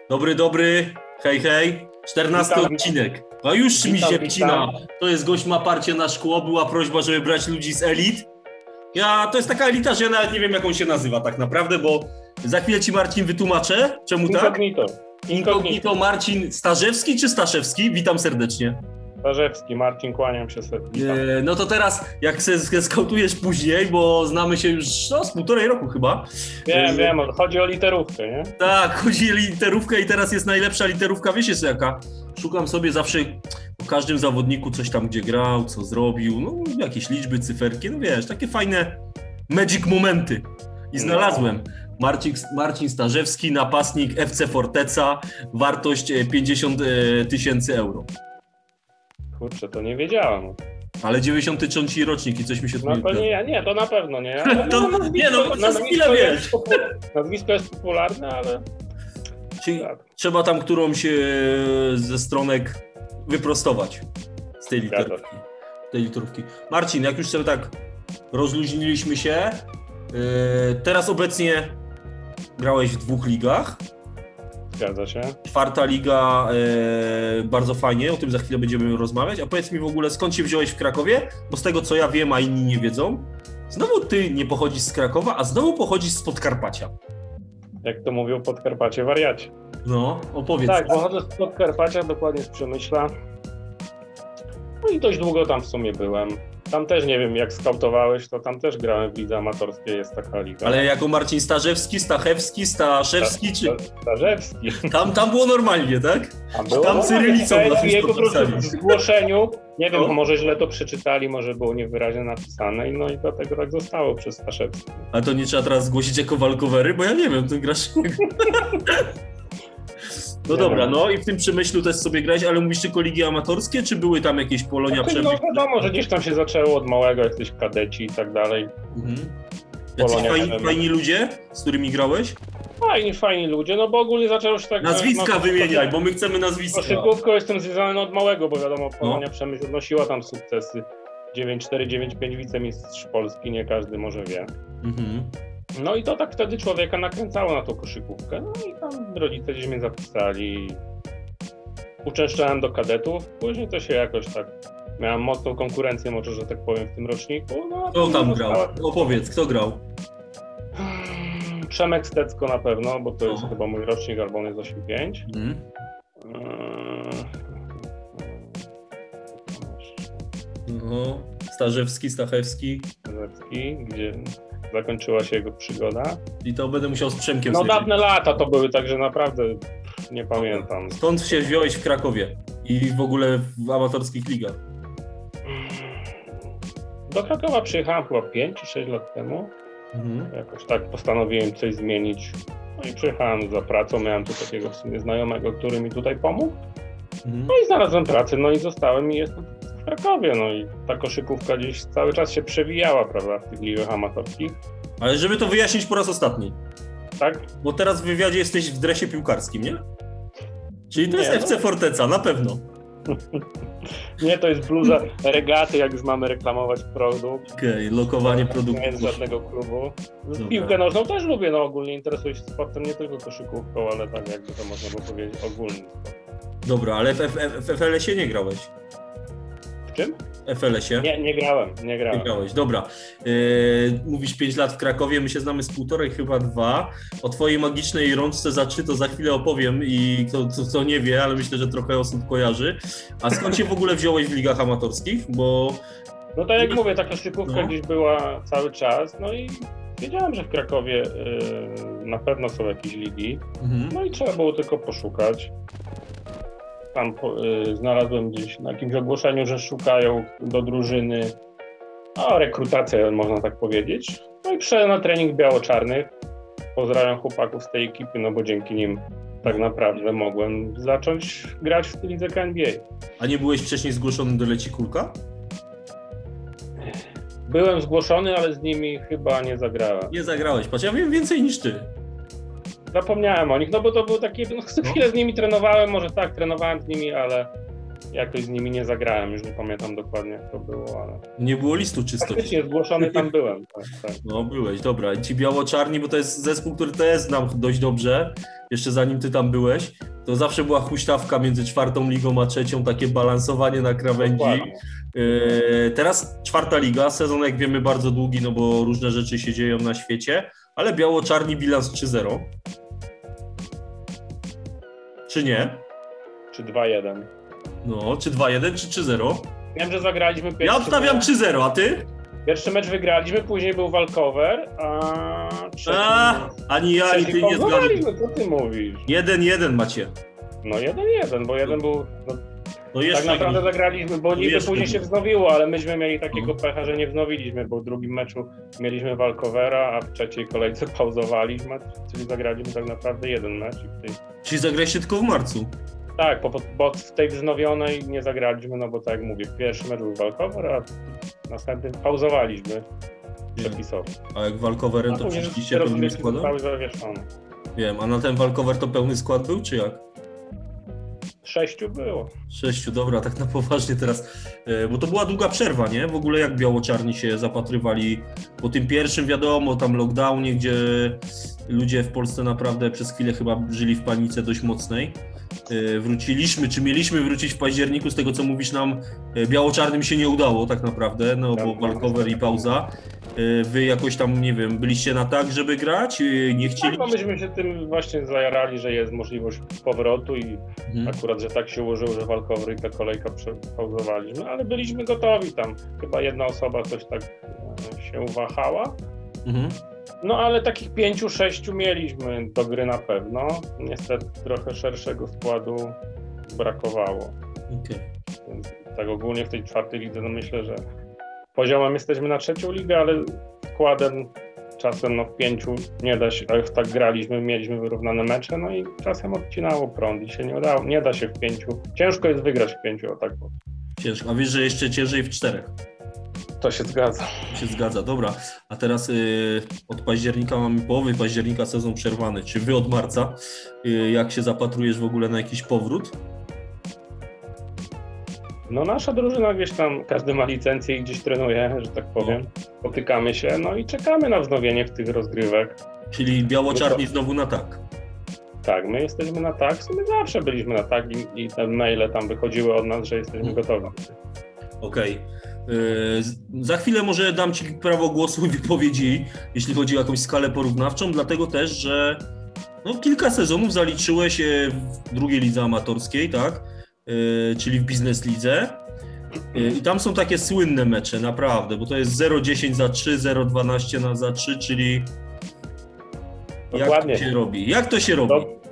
Dobry, hej, 14 Witam. odcinek. A już mi się Witam. wcina. To jest gość ma parcie na szkło, była prośba, żeby brać ludzi z elit. To jest taka elita, że ja nawet nie wiem, jak on się nazywa tak naprawdę, bo za chwilę ci Marcin wytłumaczę, czemu tak. Inkognito Marcin Starzewski czy Staszewski? Witam serdecznie. Starzewski, Marcin, kłaniam się sobie. No to teraz, jak se skautujesz później, bo znamy się już z 1,5 roku chyba. Wiem, chodzi o literówkę, nie? Tak, chodzi o literówkę i teraz jest najlepsza literówka, wiesz jest jaka? Szukam sobie zawsze o każdym zawodniku coś tam, gdzie grał, co zrobił, no jakieś liczby, cyferki, no wiesz, takie fajne magic momenty. I znalazłem. Marcin Starzewski, napastnik FC Forteca, wartość 50 000 euro. Kurczę, to nie wiedziałem. Ale 93 rocznik i coś mi się tu No to nie, to na pewno nie. Za chwilę wiesz. Nazwisko jest popularne, ale... Czyli tak. trzeba tam którąś ze stronek wyprostować z tej literówki. Marcin, jak już sobie tak rozluźniliśmy się, teraz obecnie grałeś w 2 ligach. Zgadza się. 4. liga, bardzo fajnie, o tym za chwilę będziemy rozmawiać. A powiedz mi w ogóle, skąd się wziąłeś w Krakowie? Bo z tego, co ja wiem, a inni nie wiedzą, znowu ty nie pochodzisz z Krakowa, a znowu pochodzisz z Podkarpacia. Jak to mówią, Podkarpacie wariacie. No, opowiedz. Tak, pochodzę z Podkarpacia, dokładnie z Przemyśla. No i dość długo tam w sumie byłem. Tam też nie wiem, jak skautowałeś, to tam też grałem w lidze amatorskiej, jest taka liga. Ale jako Marcin Starzewski, Stachewski, Staszewski, czy... Starzewski. Tam było normalnie, tak? Tam cyrylicą nas już po prostu podpisali. w zgłoszeniu, nie wiem, może źle to przeczytali, może było niewyraźnie napisane, no i dlatego tak zostało przez Staszewski. A to nie trzeba teraz zgłosić jako walkowery, bo ja nie wiem, ty grasz... No Nie dobra, wiem. no i w tym Przemyślu też sobie grałeś, ale mówisz tylko ligi amatorskie, czy były tam jakieś Polonia, No Przemyśl? wiadomo, że gdzieś tam się zaczęło od małego, jakieś kadeci i tak dalej. Mhm. Jacyś Polonia, fajni ludzie, z którymi grałeś? Fajni ludzie, no bo ogólnie zaczęło się tak... Nazwiska wymieniaj, bo my chcemy nazwiska. Koszykówką jestem związany od małego, bo wiadomo, Polonia Przemyśl odnosiła tam sukcesy. 9-4, 9-5 wicemistrz Polski, nie każdy może wie. Mhm. No i to tak wtedy człowieka nakręcało na tą koszykówkę. No i tam rodzice gdzieś mnie zapisali. Uczęszczałem do kadetów. Później to się jakoś tak... Miałem mocną konkurencję, może, że tak powiem, w tym roczniku. No, a Kto tam grał? została- Opowiedz, kto grał? Przemek Stecko na pewno, bo to jest chyba mój rocznik, albo on jest 8-5. Mhm. No, Starzewski, Stachewski. Zewski, gdzie zakończyła się jego przygoda. I to będę musiał z Przemkiem No sobie. dawne lata to były, także naprawdę nie pamiętam. Skąd się wziąłeś w Krakowie i w ogóle w amatorskich ligach? Do Krakowa przyjechałem chyba 5 czy 6 lat temu. Mhm. Jakoś tak postanowiłem coś zmienić. No i przyjechałem za pracą, miałem tu takiego w sumie znajomego, który mi tutaj pomógł. Mhm. No i znalazłem pracę, no i zostałem i jestem w Krakowie. No i ta koszykówka gdzieś cały czas się przewijała, prawda, w tych ligach amatorskich. Ale żeby to wyjaśnić po raz ostatni, Tak? bo teraz w wywiadzie jesteś w dresie piłkarskim, nie? Czyli to Nie, jest no. FC Forteca, na pewno. Nie, to jest bluza regaty, jak już mamy reklamować produkt. Okej, lokowanie Nie produktów. jest żadnego klubu. Dobra. Piłkę nożną też lubię, no ogólnie interesuję się sportem, nie tylko koszykówką, ale tak jakby to można by powiedzieć ogólny sport. Dobra, ale w FLS-ie nie grałeś. W czym? W FLS-ie? Nie grałem. Nie grałeś, dobra. Mówisz 5 lat w Krakowie, my się znamy z 1,5, chyba 2. O twojej magicznej rączce za 3 to za chwilę opowiem i kto nie wie, ale myślę, że trochę osób kojarzy. A skąd się w ogóle wziąłeś w ligach amatorskich? Bo... No tak jak mówię, ta koszykówka No. gdzieś była cały czas, no i wiedziałem, że w Krakowie na pewno są jakieś ligi, Mhm. no i trzeba było tylko poszukać. Tam znalazłem gdzieś na jakimś ogłoszeniu, że szukają do drużyny, rekrutację można tak powiedzieć. No i przyszedłem na trening biało-czarnych. Pozdrawiam chłopaków z tej ekipy, no bo dzięki nim tak naprawdę mogłem zacząć grać w lidze KNBA. A nie byłeś wcześniej zgłoszony do Leci Kulka? Byłem zgłoszony, ale z nimi chyba nie zagrałem. Nie zagrałeś, patrz, ja wiem więcej niż ty. Zapomniałem o nich, no bo to był taki, no chwilę z nimi trenowałem, może tak, trenowałem z nimi, ale jakoś z nimi nie zagrałem, już nie pamiętam dokładnie jak to było, ale... Nie było listu czystości. Faktycznie zgłoszony tam byłem, tak. No byłeś, dobra. I ci biało-czarni, bo to jest zespół, który też znam dość dobrze, jeszcze zanim ty tam byłeś, to zawsze była huśtawka między 4. ligą a 3., takie balansowanie na krawędzi. Teraz 4. liga, sezon jak wiemy bardzo długi, no bo różne rzeczy się dzieją na świecie, ale biało-czarni bilans 3-0. Czy nie? Czy 2-1. No, czy 2-1, czy 3-0? Wiem, że zagraliśmy pierwszy Ja obstawiam 3-0, a ty? Pierwszy mecz wygraliśmy, później był walkover, a trzeci... Ani ja, ani ty nie zgadliśmy. Co ty mówisz? 1-1 macie. No 1-1, bo jeden był... No jeszcze tak naprawdę zagraliśmy, bo niby jeszcze później się wznowiło, ale myśmy mieli takiego pecha, że nie wznowiliśmy, bo w drugim meczu mieliśmy walkovera, a w trzeciej kolejce pauzowaliśmy, czyli zagraliśmy tak naprawdę jeden mecz. Czyli zagraliście tylko w marcu? Tak, bo w tej wznowionej nie zagraliśmy, no bo tak jak mówię, pierwszy mecz był walkover, a następny pauzowaliśmy przepisowo. A jak walkoverem to przyszliście pełnym składem? Zostały zawieszone. Wiem, a na ten walkover to pełny skład był, czy jak? 6 było. 6, dobra, tak na poważnie teraz, bo to była długa przerwa, nie? W ogóle jak biało-czarni się zapatrywali po tym pierwszym, wiadomo, tam lockdownie, gdzie ludzie w Polsce naprawdę przez chwilę chyba żyli w panice dość mocnej. Wróciliśmy, czy mieliśmy wrócić w październiku, z tego co mówisz nam, biało-czarnym się nie udało tak naprawdę, no bo walkover i pauza. Wy jakoś tam, nie wiem, byliście na tak, żeby grać? Nie chcieli? Tak, no myśmy się tym właśnie zajarali, że jest możliwość powrotu i akurat, że tak się ułożyło, że walkover i ta kolejka przepauzowaliśmy, ale byliśmy gotowi tam. Chyba jedna osoba coś tak się wahała. No ale takich 5-6 mieliśmy do gry na pewno. Niestety trochę szerszego składu brakowało. Więc tak ogólnie w tej 4. lidze no myślę, że poziomem jesteśmy na 3. ligę, ale składem czasem no w 5 nie da się, ale tak graliśmy, mieliśmy wyrównane mecze, no i czasem odcinało prąd i się nie udało. Nie da się w 5. Ciężko jest wygrać w 5, o tak powiem. Ciężko, a wiesz, że jeszcze ciężej w 4. To się zgadza. To się zgadza, dobra. A teraz od października mamy połowy października sezon przerwany. Czy wy od marca? Jak się zapatrujesz w ogóle na jakiś powrót? No nasza drużyna gdzieś tam, każdy ma licencję i gdzieś trenuje, że tak powiem. Spotykamy się, no i czekamy na wznowienie w tych rozgrywek. Czyli biało-czarni znowu na tak? Tak, my jesteśmy na tak, w sumie zawsze byliśmy na tak i te maile tam wychodziły od nas, że jesteśmy gotowi. Okej. Za chwilę może dam ci prawo głosu i wypowiedzi, jeśli chodzi o jakąś skalę porównawczą, dlatego też, że no, kilka sezonów zaliczyłeś w drugiej lidze amatorskiej, tak? Czyli w Biznes Lidze. I tam są takie słynne mecze, naprawdę, bo to jest 0-10 za 3, 0-12 za 3, czyli dokładnie. Jak to się robi? Jak to się robi?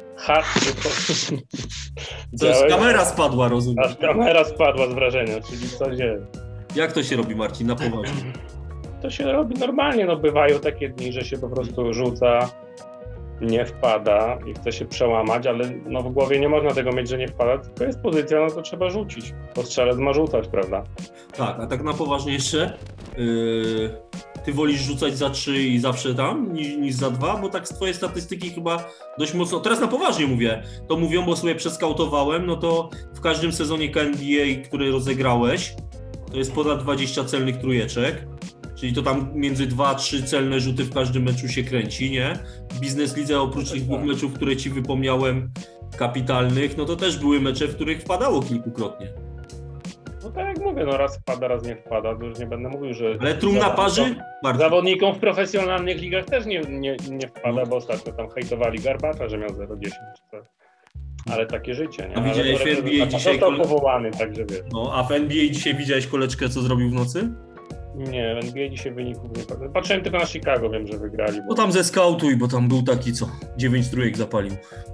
To jest kamera spadła, rozumiem. Aż kamera spadła z wrażenia, czyli coś jest. Jak to się robi, Marcin, na poważnie? To się robi normalnie, no bywają takie dni, że się po prostu rzuca, nie wpada i chce się przełamać, ale no w głowie nie można tego mieć, że nie wpada, tylko jest pozycja, no to trzeba rzucić, bo strzelec ma rzucać, prawda? Tak, a tak na poważnie jeszcze, ty wolisz rzucać za 3 i zawsze tam, niż za 2, bo tak z twojej statystyki chyba dość mocno, teraz na poważnie mówię, to mówią, bo sobie przeskautowałem, no to w każdym sezonie NBA, który rozegrałeś, to jest ponad 20 celnych trójeczek, czyli to tam między 2-3 celne rzuty w każdym meczu się kręci, nie? W Biznes Lidze oprócz tych 2 meczów, które ci wypomniałem, kapitalnych, no to też były mecze, w których wpadało kilkukrotnie. No tak jak mówię, no raz wpada, raz nie wpada, to już nie będę mówił, że... Ale trumna parzy? Zawodnikom w profesjonalnych ligach też nie wpada, bo ostatnio tam hejtowali Garbacza, że miał 0,10 czy coś. Ale takie życie, nie? A widziałeś w NBA dzisiaj... Został powołany, także wiesz. No, a w NBA dzisiaj widziałeś koleczkę, co zrobił w nocy? Nie, w NBA dzisiaj wyników nie patrzę. Patrzyłem tylko na Chicago, wiem, że wygrali. No tam ze skautuj, bo tam był taki, co 9 trójek zapalił.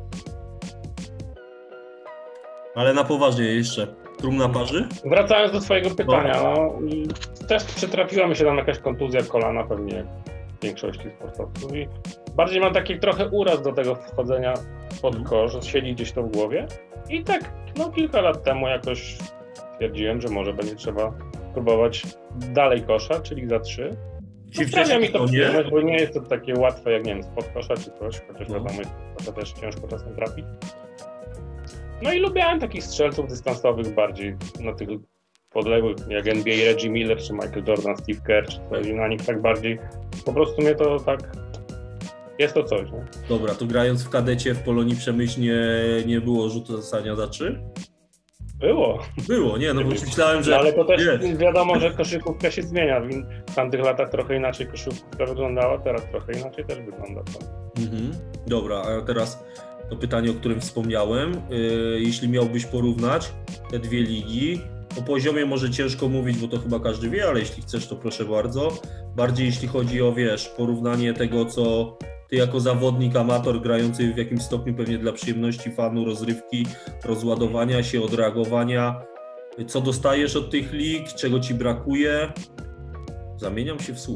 Ale na poważnie jeszcze. Trumna parzy? Wracając do twojego pytania, no też przytrafiła mi się tam jakaś kontuzja kolana, pewnie jak w większości sportowców i bardziej mam taki trochę uraz do tego wchodzenia pod kosz, że siedzi gdzieś to w głowie i tak no kilka lat temu jakoś stwierdziłem, że może będzie trzeba próbować dalej kosza, czyli za 3. Sprawia mi to przyjemność, bo nie jest to takie łatwe jak, nie wiem, spod kosza czy coś, chociaż wiadomo, jest to też ciężko czasem trafić. No i lubiałem takich strzelców dystansowych bardziej, na tych podległych, jak NBA Reggie Miller, czy Michael Jordan, Steve Kerr, czy coś, na nich tak bardziej, po prostu mnie to tak, jest to coś, nie? Dobra, to grając w kadecie w Polonii Przemyśl nie było rzutu zasadnia za 3? Było, nie, no bo myślałem, że... No, ale to też jest. wiadomo, że koszykówka się zmienia. W tamtych latach trochę inaczej koszykówka wyglądała, teraz trochę inaczej też wygląda. Dobra, a teraz to pytanie, o którym wspomniałem. Jeśli miałbyś porównać te dwie ligi, o poziomie może ciężko mówić, bo to chyba każdy wie, ale jeśli chcesz, to proszę bardzo. Bardziej jeśli chodzi o, porównanie tego, co ty jako zawodnik, amator, grający w jakimś stopniu pewnie dla przyjemności fanu, rozrywki, rozładowania się, odreagowania, co dostajesz od tych lig, czego ci brakuje? Zamieniam się w słuch.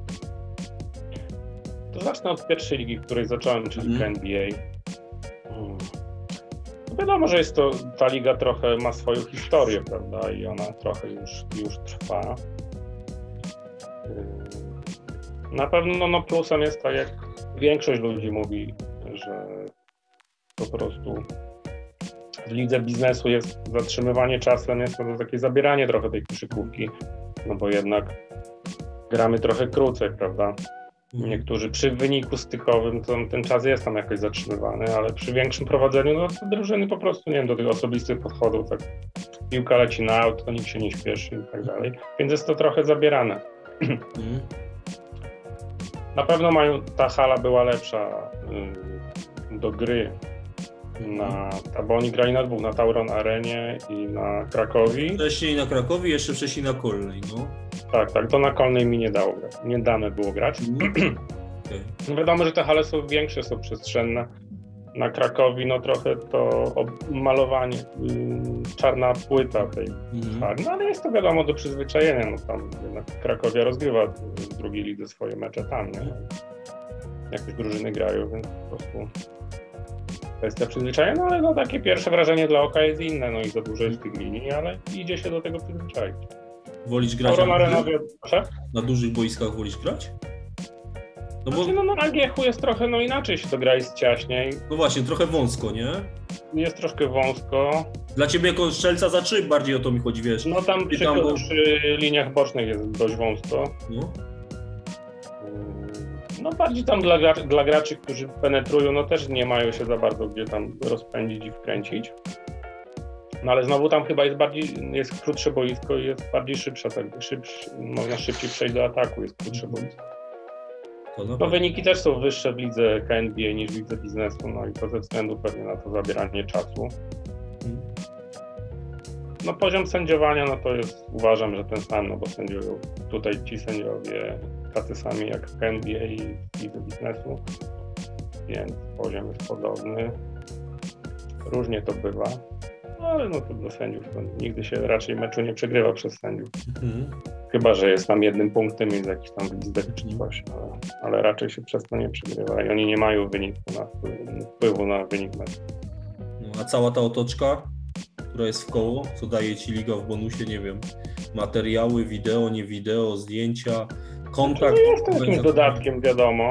To zacznę od pierwszej ligi, w której zacząłem, czyli NBA. Wiadomo, że ta liga trochę ma swoją historię, prawda, i ona trochę już trwa. Na pewno plusem jest tak, jak większość ludzi mówi, że po prostu w lidze biznesu jest zatrzymywanie czasem, jest to takie zabieranie trochę tej koszykówki, no bo jednak gramy trochę krócej, prawda? Niektórzy przy wyniku stykowym to ten czas jest tam jakoś zatrzymywany, ale przy większym prowadzeniu, no to drużyny po prostu, nie wiem, do tych osobistych podchodów, tak piłka leci na aut, to nikt się nie śpieszy i tak dalej, więc jest to trochę zabierane. Na pewno ta hala była lepsza do gry, bo oni grali na dwóch, na Tauron Arenie i na Krakowi. Wcześniej na Krakowi, jeszcze wcześniej na Kolnej, no. Tak, to na Kolnej mi nie dało grać, nie dane było grać. Okay. No wiadomo, że te hale są większe, są przestrzenne. Na Krakowi no trochę to malowanie, czarna płyta tej hali, no ale jest to wiadomo do przyzwyczajenia, no tam jednak Krakowia rozgrywa w drugiej lidze swoje mecze tam, nie? Jakieś drużyny grają, więc po prostu kwestia przyzwyczajenia, no ale no takie pierwsze wrażenie dla oka jest inne, no i za dużo jest tych linii, ale idzie się do tego przyzwyczaić. Wolisz grać na dużych boiskach, wolisz grać? No bo na AGH-u jest trochę inaczej się to gra, jest ciaśniej. No właśnie, trochę wąsko, nie? Jest troszkę wąsko. Dla ciebie jako strzelca za 3 bardziej o to mi chodzi, wiesz? No tam przy liniach bocznych jest dość wąsko. No bardziej tam dla graczy, którzy penetrują, no też nie mają się za bardzo gdzie tam rozpędzić i wkręcić. No ale znowu tam chyba jest krótsze boisko i jest bardziej szybsze, można szybciej przejść do ataku, jest krótsze boisko. No wyniki też są wyższe w lidze KNBA niż w lidze biznesu, no i to ze względu pewnie na to zabieranie czasu. No poziom sędziowania, no to jest, uważam, że ten sam, no bo tutaj ci sędziowie tacy sami jak w KNBA i w lidze biznesu, więc poziom jest podobny. Różnie to bywa. No ale no to do sędziów to nigdy się raczej meczu nie przegrywa przez sędziów. Chyba że jest tam jednym punktem, jest jakiś tam gwizdek czy coś, ale raczej się przez to nie przegrywa i oni nie mają wpływu na wynik meczu. No, a cała ta otoczka, która jest w koło, co daje ci liga w bonusie, nie wiem, materiały, wideo, nie wideo, zdjęcia, kontakt. No jest to jakimś dodatkiem, wiadomo.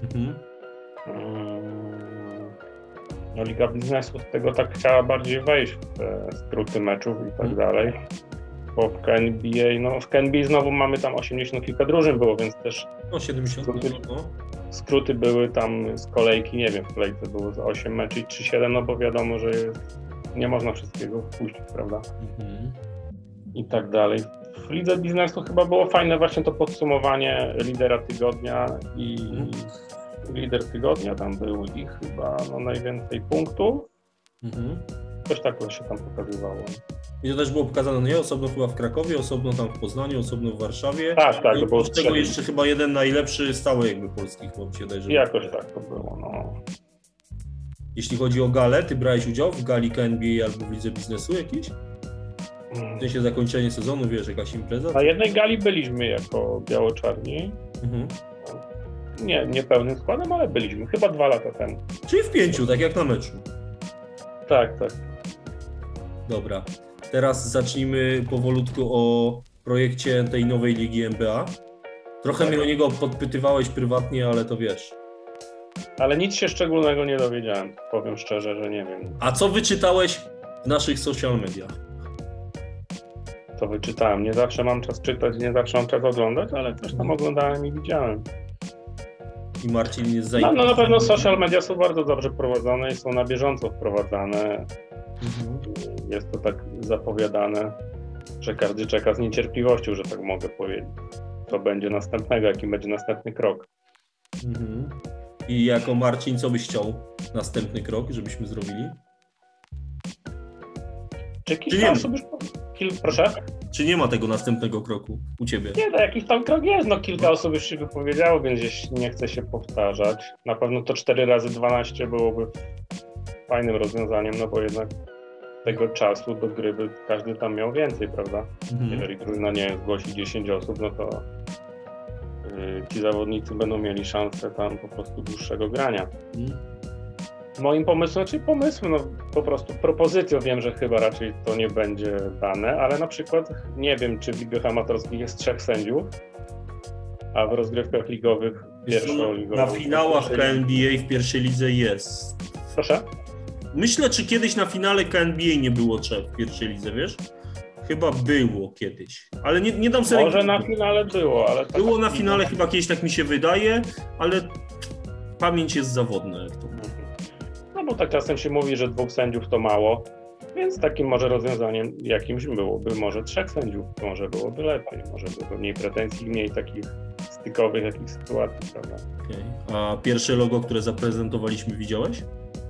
No, Liga Biznesu z tego tak chciała bardziej wejść w te skróty meczów i tak dalej. Bo w KNBA, no w KNBA znowu mamy tam 80 kilka drużyn było, więc też 70 skróty były tam z kolejki, nie wiem, w kolejce było za 8 meczy i 3-7, no bo wiadomo, że nie można wszystkiego wpuścić, prawda? I tak dalej. W Lidze Biznesu chyba było fajne właśnie to podsumowanie lidera tygodnia i lider tygodnia tam był i chyba najwięcej punktów. Coś takiego się tam pokazywało. I to też było pokazane, nie? Osobno chyba w Krakowie, osobno tam w Poznaniu, osobno w Warszawie. Tak, to było z tego jeszcze chyba jeden najlepszy stały jakby polskich, bo mi się wydaje, że... Jakoś tak to było, no. Jeśli chodzi o galę, ty brałeś udział w gali KNBA albo w Lidze Biznesu jakiś? W sensie zakończenie sezonu, wiesz, jakaś impreza? Na jednej gali byliśmy jako biało-czarni. Nie pełnym składem, ale byliśmy. Chyba 2 lata temu. Czyli w 5, tak jak na meczu. Tak. Dobra. Teraz zacznijmy powolutku o projekcie tej nowej ligi NBA. Trochę mnie o niego podpytywałeś prywatnie, ale to wiesz. Ale nic się szczególnego nie dowiedziałem. Powiem szczerze, że nie wiem. A co wyczytałeś w naszych social mediach? To wyczytałem. Nie zawsze mam czas czytać, nie zawsze mam czas oglądać, ale coś tam oglądałem i widziałem. I Marcin jest No zajęty. na pewno social media są bardzo dobrze prowadzone i są na bieżąco wprowadzane. Jest to tak zapowiadane, że każdy czeka z niecierpliwością, że tak mogę powiedzieć. Co będzie następnego, jaki będzie następny krok. I jako Marcin, co byś chciał następny krok, żebyśmy zrobili? Czy kilka osób już... Proszę? Czy nie ma tego następnego kroku u ciebie? Nie, no jakiś tam krok jest. No kilka osób już się wypowiedziało, więc nie chcę się powtarzać. Na pewno to 4x12 byłoby fajnym rozwiązaniem, no bo jednak tego czasu do gry by każdy tam miał więcej, prawda? Jeżeli drużyna nie zgłosi 10 osób, no to ci zawodnicy będą mieli szansę tam po prostu dłuższego grania. Moim pomysłem, no po prostu propozycją, wiem, że chyba raczej to nie będzie dane, ale na przykład nie wiem, czy w ligach amatorskich jest 3 sędziów, a w rozgrywkach ligowych pierwszoligowych... Na finałach KNBA w pierwszej lidze jest. Proszę? Myślę, czy kiedyś na finale KNBA nie było 3 w pierwszej lidze, wiesz? Chyba było kiedyś, ale nie dam sobie... Może na finale było, ale... Tak było na finale chyba kiedyś, tak mi się wydaje, ale pamięć jest zawodna, jak to mówi. No bo tak czasem się mówi, że 2 sędziów to mało, więc takim może rozwiązaniem jakimś byłoby może 3 sędziów, może byłoby lepiej, może byłoby mniej pretensji, mniej takich stykowych jakichś sytuacji, prawda? Okay. A pierwsze logo, które zaprezentowaliśmy, widziałeś?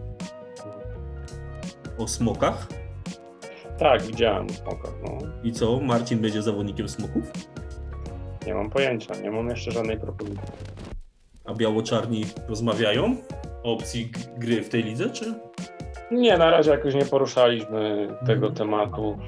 O smokach? Tak, widziałem smoka, no. I co, Marcin będzie zawodnikiem smoków? Nie mam pojęcia, nie mam jeszcze żadnej propozycji. A biało-czarni rozmawiają o opcji gry w tej lidze, czy? Nie, na razie jakoś nie poruszaliśmy tego tematu.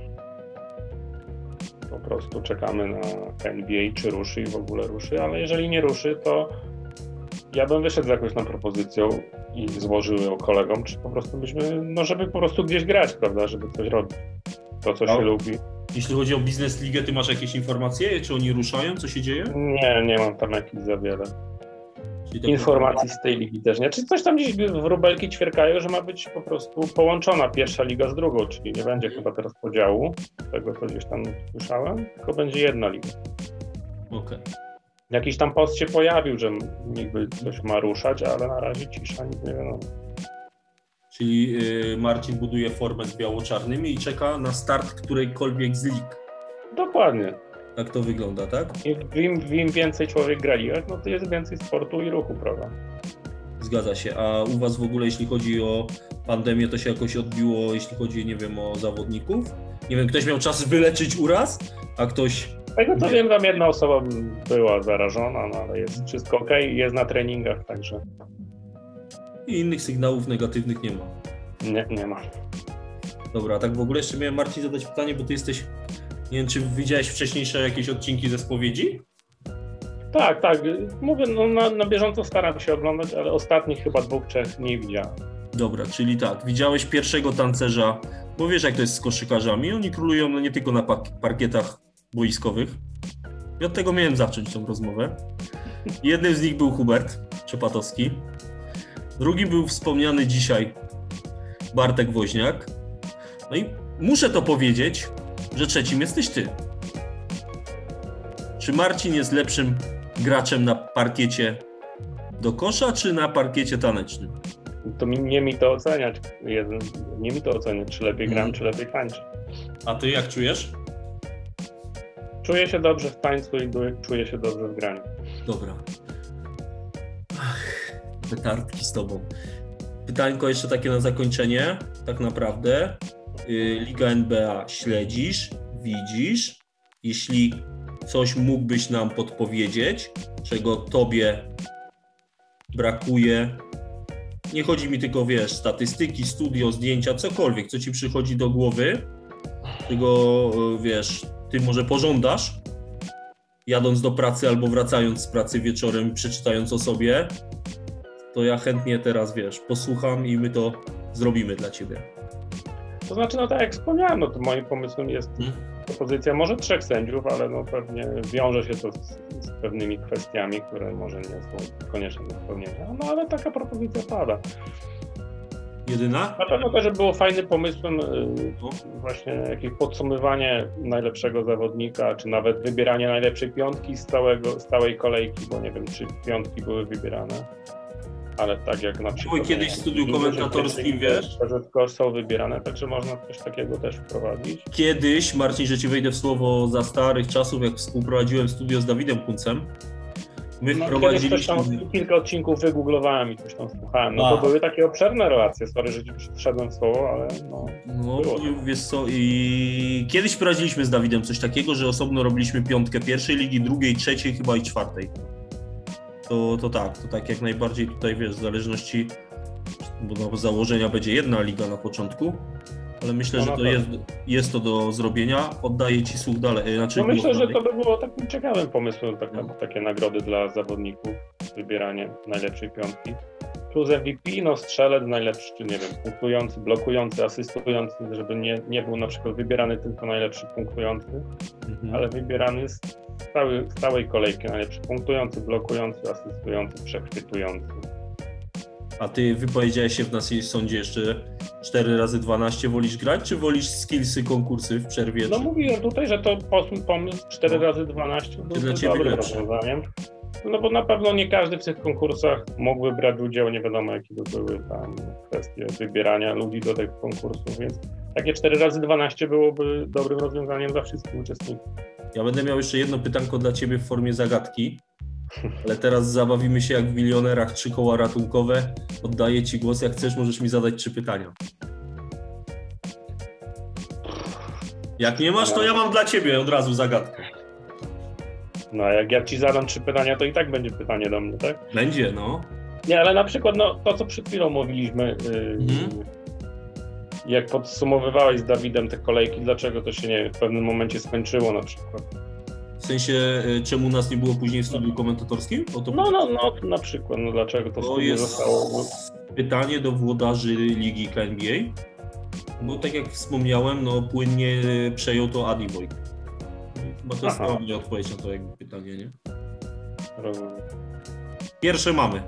Po prostu czekamy na NBA, czy ruszy i w ogóle ruszy, ale jeżeli nie ruszy, to ja bym wyszedł z jakąś tam propozycją i złożył ją kolegom, czy po prostu byśmy, no żeby po prostu gdzieś grać, prawda, żeby coś robić. To, co się lubi. Jeśli chodzi o Biznes Ligę, ty masz jakieś informacje? Czy oni ruszają? Co się dzieje? Nie mam tam jakichś za wiele Czyli informacji z tej ligi też, nie? Czy coś tam gdzieś wróbelki ćwierkają, że ma być po prostu połączona pierwsza liga z drugą, czyli nie będzie chyba teraz podziału, z tego co gdzieś tam słyszałem, tylko będzie jedna liga. Okej. Jakiś tam post się pojawił, że niby coś ma ruszać, ale na razie cisza, nic nie wiadomo. Czyli Marcin buduje formę z biało-czarnymi i czeka na start którejkolwiek z lig. Dokładnie. Tak to wygląda, tak? Im więcej człowiek gra ligach, no to jest więcej sportu i ruchu, prawda? Zgadza się. A u was w ogóle, jeśli chodzi o pandemię, to się jakoś odbiło, jeśli chodzi, nie wiem, o zawodników? Nie wiem, ktoś miał czas wyleczyć uraz, a ktoś... Z tego co wiem, tam jedna osoba była zarażona, no ale jest wszystko okej, jest na treningach, także... I innych sygnałów negatywnych nie ma. Nie ma. Dobra, a tak w ogóle jeszcze miałem Marcin zadać pytanie, bo ty jesteś... Nie wiem, czy widziałeś wcześniejsze jakieś odcinki ze spowiedzi? Tak. Mówię, no na bieżąco staram się oglądać, ale ostatnich chyba 2-3 nie widziałem. Dobra, czyli tak, widziałeś pierwszego tancerza, bo wiesz jak to jest z koszykarzami, oni królują no nie tylko na parkietach boiskowych. I od tego miałem zacząć tą rozmowę. Jednym z nich był Hubert Czepatowski, drugim był wspomniany dzisiaj Bartek Woźniak. No i muszę to powiedzieć, że trzecim jesteś ty. Czy Marcin jest lepszym graczem na parkiecie do kosza, czy na parkiecie tanecznym? To nie mi to oceniać. Nie mi to oceniać, czy lepiej gram, czy lepiej tańczę. A ty jak czujesz? Czuję się dobrze w tańcu i czuję się dobrze w graniu. Dobra. Petardki z tobą. Pytanko jeszcze takie na zakończenie. Tak naprawdę Liga NBA śledzisz, widzisz. Jeśli coś mógłbyś nam podpowiedzieć, czego tobie brakuje, nie chodzi mi tylko, wiesz, statystyki, studio, zdjęcia, cokolwiek, co ci przychodzi do głowy, czego, wiesz, ty może pożądasz, jadąc do pracy albo wracając z pracy wieczorem, przeczytając o sobie, to ja chętnie teraz, wiesz, posłucham i my to zrobimy dla ciebie. To znaczy, no tak jak wspomniałem, no to moim pomysłem jest propozycja może 3 sędziów, ale no pewnie wiąże się to z pewnymi kwestiami, które może nie są koniecznie do spełnienia. No ale taka propozycja pada. Jedyna? Na pewno też było fajnym pomysłem właśnie jakieś podsumowanie najlepszego zawodnika, czy nawet wybieranie najlepszej piątki z całej kolejki, bo nie wiem, czy piątki były wybierane. Ale tak jak na przykład... Były kiedyś w studiu komentatorskim, wiesz? Że są wybierane, także można coś takiego też wprowadzić. Kiedyś, Marcin, że ci wejdę w słowo, za starych czasów, jak współprowadziłem studio z Dawidem Kuncem, my wprowadziliśmy... Tam kilka odcinków wygooglowałem i coś tam słuchałem. No to były takie obszerne relacje, sorry, że ci wszedłem w słowo, ale no... No, wiesz co, i kiedyś wprowadziliśmy z Dawidem coś takiego, że osobno robiliśmy piątkę pierwszej ligi, drugiej, trzeciej chyba i czwartej. To tak jak najbardziej tutaj, wiesz, w zależności, bo z założenia będzie jedna liga na początku, ale myślę, że to jest to do zrobienia. Oddaję ci słuch dalej. Znaczy, myślę, że to by było takim ciekawym pomysłem, takie nagrody dla zawodników, wybieranie najlepszej piątki. Plus MVP, no strzelec najlepszy, czy nie wiem, punktujący, blokujący, asystujący, żeby nie był na przykład wybierany tylko najlepszy punktujący, ale wybierany z całej kolejki najlepszy punktujący, blokujący, asystujący, przechwytujący. A ty wypowiedziałeś się w naszej sądzie jeszcze 4x12, wolisz grać, czy wolisz skillsy, konkursy w przerwie? No mówiłem tutaj, że to pomysł 4x12 był dobrym rozwiązaniem. No bo na pewno nie każdy w tych konkursach mógłby brać udział, nie wiadomo jakie by były tam kwestie wybierania ludzi do tych konkursów, więc takie 4x12 byłoby dobrym rozwiązaniem dla wszystkich uczestników. Ja będę miał jeszcze jedno pytanko dla ciebie w formie zagadki, ale teraz zabawimy się jak w Milionerach, 3 koła ratunkowe. Oddaję ci głos, jak chcesz, możesz mi zadać 3 pytania. Jak nie masz, to ja mam dla ciebie od razu zagadkę. No a jak ja ci zadam 3 pytania, to i tak będzie pytanie do mnie, tak? Będzie, no. Nie, ale na przykład to, co przed chwilą mówiliśmy, jak podsumowywałeś z Dawidem te kolejki, dlaczego to się, nie wiem, w pewnym momencie skończyło na przykład. W sensie, czemu nas nie było później w studiu komentatorskim? No, na przykład, no dlaczego to studio jest zostało... pytanie do włodarzy Ligi KNBA, bo tak jak wspomniałem, no płynnie przejął to Adi Wojk. Chyba to jest pewnie odpowiedź na to jakby pytanie, nie? Rozumiem. Pierwsze mamy.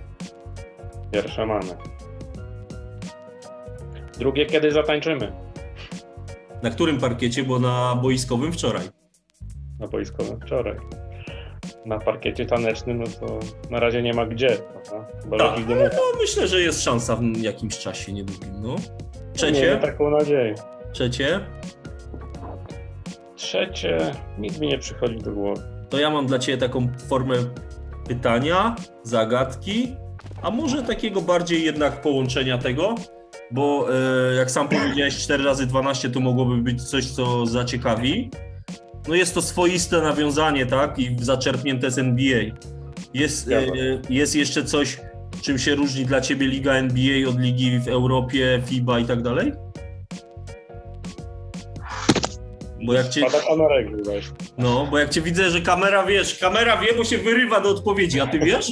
Drugie, kiedy zatańczymy? Na którym parkiecie? Bo na boiskowym wczoraj. Na boiskowym wczoraj. Na parkiecie tanecznym, no to na razie nie ma gdzie. Tak, no myślę, że jest szansa w jakimś czasie niedługim, no. Trzecie? Miejmy taką nadzieję. Trzecie, nic mi nie przychodzi do głowy. To ja mam dla ciebie taką formę pytania, zagadki, a może takiego bardziej jednak połączenia tego, bo jak sam powiedziałeś 4x12 to mogłoby być coś, co zaciekawi. No jest to swoiste nawiązanie, tak, i zaczerpnięte z NBA. Jest jeszcze coś, czym się różni dla ciebie Liga NBA od ligi w Europie, FIBA i tak dalej? Bo jak cię... No, bo jak cię widzę, że kamera wie, bo się wyrywa do odpowiedzi, a ty wiesz?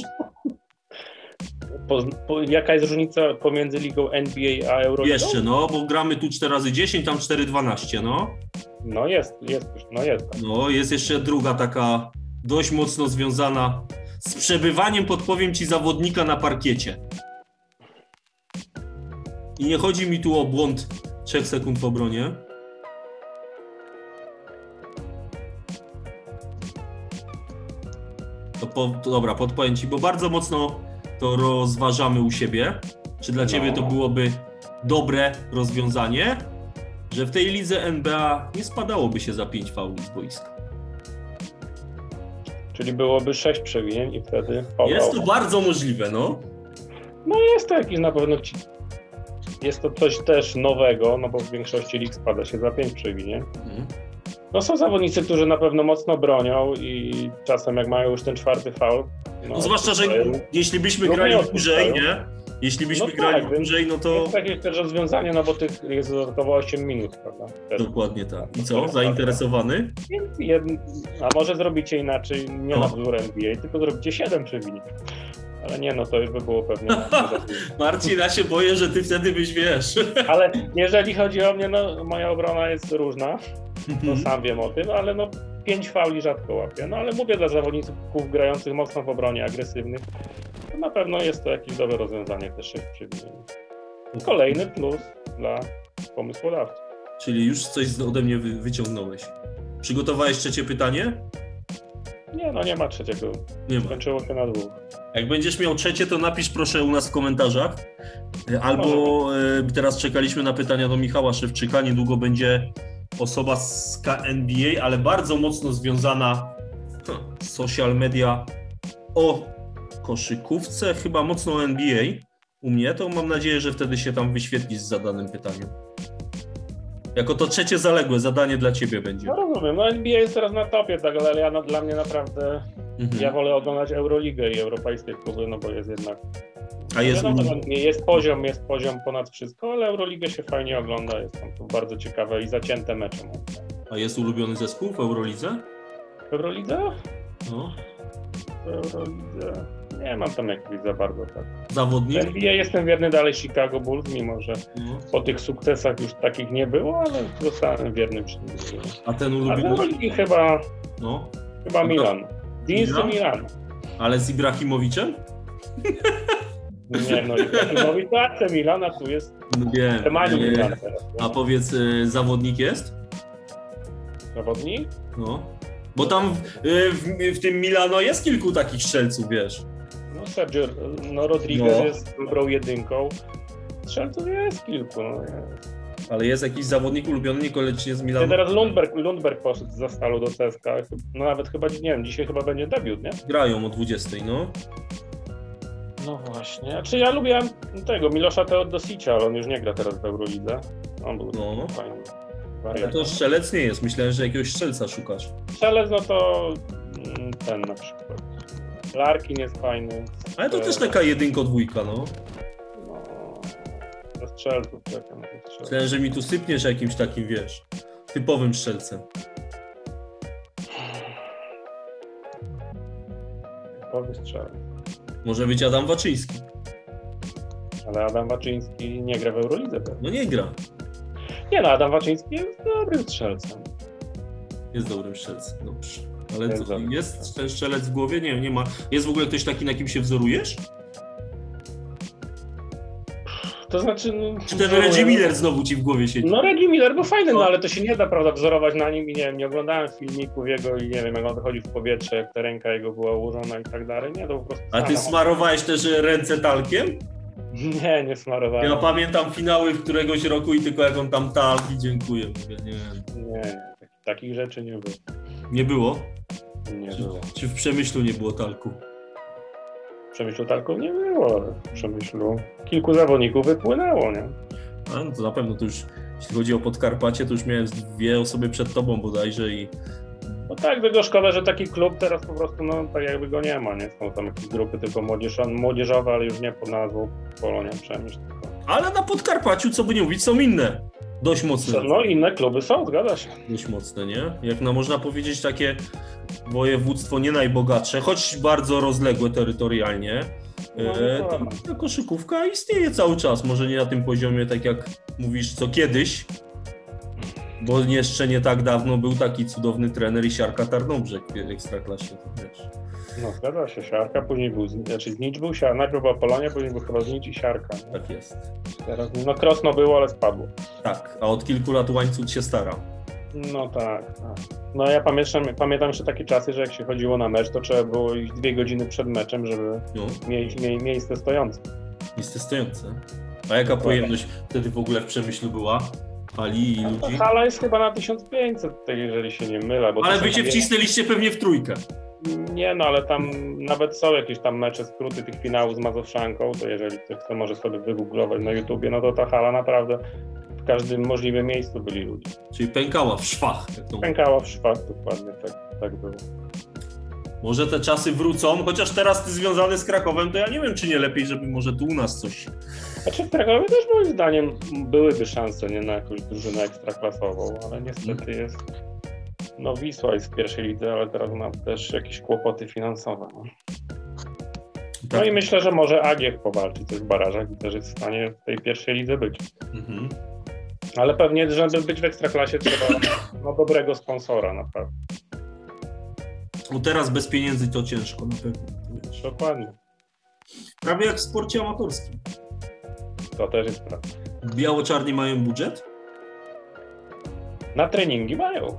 Jaka jest różnica pomiędzy ligą NBA a Euroligą? Jeszcze, no, bo gramy tu 4x10, tam 4x12, no. No jest. No, jest jeszcze druga taka dość mocno związana z przebywaniem, podpowiem ci, zawodnika na parkiecie. I nie chodzi mi tu o błąd 3 sekund w obronie. Dobra, podpowiem ci, bo bardzo mocno to rozważamy u siebie. Czy dla ciebie to byłoby dobre rozwiązanie, że w tej lidze NBA nie spadałoby się za 5 fauli z boiska? Czyli byłoby 6 przewinień i wtedy faul. Jest to bardzo możliwe, no. No jest to jakiś na pewno... Jest to coś też nowego, no bo w większości lig spada się za 5 przewinień. No są zawodnicy, którzy na pewno mocno bronią i czasem jak mają już ten 4. faul... No zwłaszcza, że jeśli byśmy grali dłużej, nie? Jeśli byśmy grali dłużej, no to... Jest takie też rozwiązanie, no bo tych jest dodatkowo 8 minut, prawda? Dokładnie tak. I co? Zainteresowany? A może zrobicie inaczej, nie na wzór NBA, tylko zrobicie 7 przewinień. Ale nie, no to już by było pewnie... Marcin, ja się boję, że ty wtedy byś, wiesz... Ale jeżeli chodzi o mnie, no moja obrona jest różna. no sam wiem o tym, ale no 5 fauli rzadko łapie. No ale mówię, dla zawodników grających mocno w obronie, agresywnych, to na pewno jest to jakieś dobre rozwiązanie, te 6 przewinień. Kolejny plus dla pomysłodawców. Czyli już coś ode mnie wyciągnąłeś. Przygotowałeś trzecie pytanie? Nie, no nie ma trzeciego. Nie ma. Skończyło się na 2. Jak będziesz miał trzecie, to napisz proszę u nas w komentarzach. Albo teraz czekaliśmy na pytania do Michała Szewczyka. Niedługo będzie osoba z KNBA, ale bardzo mocno związana z social media o koszykówce, chyba mocno o NBA. U mnie to mam nadzieję, że wtedy się tam wyświetlisz z zadanym pytaniem. Jako to trzecie zaległe zadanie dla ciebie będzie. No rozumiem, no NBA jest teraz na topie, tak, ale dla mnie naprawdę ja wolę oglądać Euroligę i europejskie kluby, no bo jest jednak... A jest poziom ponad wszystko, ale Euroligę się fajnie ogląda, jest tam to bardzo ciekawe i zacięte mecze. A jest ulubiony zespół w Eurolidze? W Eurolidze? No. W Eurolidze... Nie mam tam jakiegoś za bardzo, tak. Zawodnik? W NBA jestem wierny dalej Chicago Bulls, mimo że po tych sukcesach już takich nie było, ale zostałem wiernym przy nim. A ten A w ulubiony? Euroligi chyba Milan. Dinsy Milan. Ale z Ibrahimowiczem? Nie, no Ibrahimowicz to AC Milan, a tu jest Milan teraz. A powiedz, zawodnik jest? Zawodnik? No. Bo tam w tym Milano jest kilku takich strzelców, wiesz. No Sergio, Rodriguez jest dobrą jedynką. Strzelców jest kilku, no jest. Ale jest jakiś zawodnik ulubiony niekoniecznie z Milano? Teraz Lundberg poszedł za Stalu do CSKA. No nawet chyba, nie wiem, dzisiaj chyba będzie debiut, nie? Grają o 20, no. No właśnie. Znaczy ja lubiłem tego Milosza Teodosicia, ale on już nie gra teraz w Eurolidze. On był fajny. Ale to strzelec nie jest. Myślałem, że jakiegoś strzelca szukasz. Strzelec, no to ten na przykład. Larkin jest fajny. Ale to też taka jedynko-dwójka, no. No, do strzelców czekam. Myślałem, że mi tu sypniesz jakimś takim, wiesz, typowym strzelcem. Typowy strzelec. Może być Adam Waczyński. Ale Adam Waczyński nie gra w Eurolidze. No nie gra. Nie no, Adam Waczyński jest dobrym strzelcem. Jest dobrym strzelcem, dobrze. Ale jest ten strzelec w głowie? Nie ma. Jest w ogóle ktoś taki, na kim się wzorujesz? To znaczy... Czy ten Reggie Miller znowu ci w głowie siedzi? No Reggie Miller, bo fajny, no ale to się nie da, prawda, wzorować na nim i nie wiem, nie oglądałem filmików jego i nie wiem, jak on wychodził w powietrze, jak ta ręka jego była ułożona i tak dalej. Nie, to po prostu... A ty smarowałeś też ręce talkiem? Nie smarowałem. Ja pamiętam finały w któregoś roku i tylko jak on tam talki, dziękuję. Mówię, nie, takich rzeczy nie było. Nie było? Nie było. Czy w Przemyślu nie było talku? W Przemyślu talków nie było, ale w Przemyślu kilku zawodników wypłynęło, nie? A, no to na pewno to już, jeśli chodzi o Podkarpacie, to już miałem 2 osoby przed tobą bodajże i... No tak, tylko szkoda, że taki klub teraz po prostu, no tak jakby go nie ma, nie? Są tam jakieś grupy tylko młodzieżowe, ale już nie pod nazwą Polonia Przemyśl. Tylko... Ale na Podkarpaciu, co by nie mówić, są inne. Dość mocne. No inne kluby są, zgadza się. Dość mocne, nie? Jak można powiedzieć takie województwo nie najbogatsze, choć bardzo rozległe terytorialnie, to ta koszykówka istnieje cały czas. Może nie na tym poziomie, tak jak mówisz, co kiedyś, bo jeszcze nie tak dawno był taki cudowny trener i Siarka Tarnobrzeg w Ekstraklasie, to wiesz. No zgadza się, Siarka, później był, Znicz był Siarka, najpierw była Polonia, później był chyba Znicz i Siarka. Nie? Tak jest. Teraz, no Krosno było, ale spadło. Tak, a od kilku lat Łańcut się stara. No tak. No ja pamiętam jeszcze takie czasy, że jak się chodziło na mecz, to trzeba było iść 2 godziny przed meczem, żeby mieć miejsce stojące. Miejsce stojące. A jaka pojemność wtedy w ogóle w Przemyślu była? Hali i ludzi? Hala jest chyba na 1500, jeżeli się nie mylę. Bo ale wy się wcisnęliście pewnie w trójkę. Nie, no ale tam nawet są jakieś tam mecze, skróty tych finałów z Mazowszanką, to jeżeli ktoś chce, może sobie wygooglować na YouTubie, no to ta hala naprawdę w każdym możliwym miejscu byli ludzie. Czyli pękała w szwach. Pękała w szwach, dokładnie, tak było. Może te czasy wrócą, chociaż teraz ty związany z Krakowem, to ja nie wiem, czy nie lepiej, żeby może tu u nas coś... Znaczy w Krakowie też moim zdaniem byłyby szanse, nie na jakąś drużynę ekstraklasową, ale niestety jest... No Wisła jest w pierwszej lidze, ale teraz ma też jakieś kłopoty finansowe. No, no i myślę, że może Agiech powalczy coś w barażach i też jest w stanie w tej pierwszej lidze być. Ale pewnie, żeby być w Ekstraklasie, trzeba dobrego sponsora naprawdę. Bo teraz bez pieniędzy to ciężko na pewno. Dokładnie. Prawie jak w sporcie amatorskim. To też jest prawda. Biało-czarni mają budżet? Na treningi mają.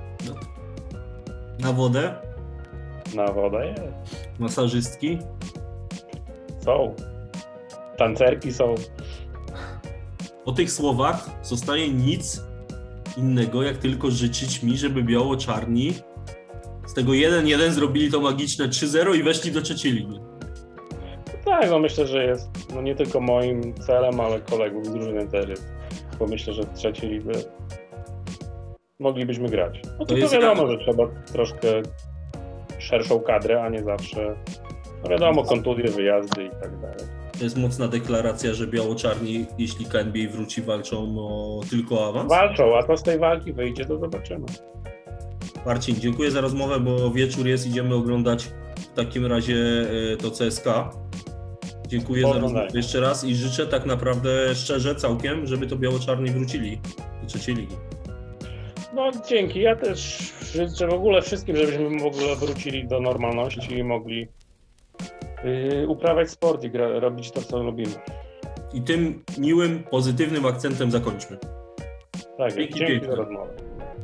Na wodę? Na wodę jest. Masażystki? Są. Tancerki są. Po tych słowach zostaje nic innego, jak tylko życzyć mi, żeby biało-czarni z tego 1-1 zrobili to magiczne 3-0 i weszli do trzeciej ligi. Tak, no myślę, że jest nie tylko moim celem, ale kolegów z drużyny też jest. Bo myślę, że w trzeciej lidze moglibyśmy grać. No tylko wiadomo, że trzeba troszkę szerszą kadrę, a nie zawsze. No wiadomo, kontuzje, wyjazdy i tak dalej. To jest mocna deklaracja, że biało-czarni, jeśli KNBA wróci, walczą tylko o awans? Walczą, a co z tej walki wyjdzie, to zobaczymy. Marcin, dziękuję za rozmowę, bo wieczór jest, idziemy oglądać w takim razie to CSK. Dziękuję za rozmowę jeszcze raz i życzę tak naprawdę szczerze całkiem, żeby to biało-czarni wrócili do trzeciej ligi. No dzięki, ja też życzę w ogóle wszystkim, żebyśmy w ogóle wrócili do normalności i mogli uprawiać sport i robić to, co lubimy. I tym miłym, pozytywnym akcentem zakończmy. Tak, dzięki za rozmowę.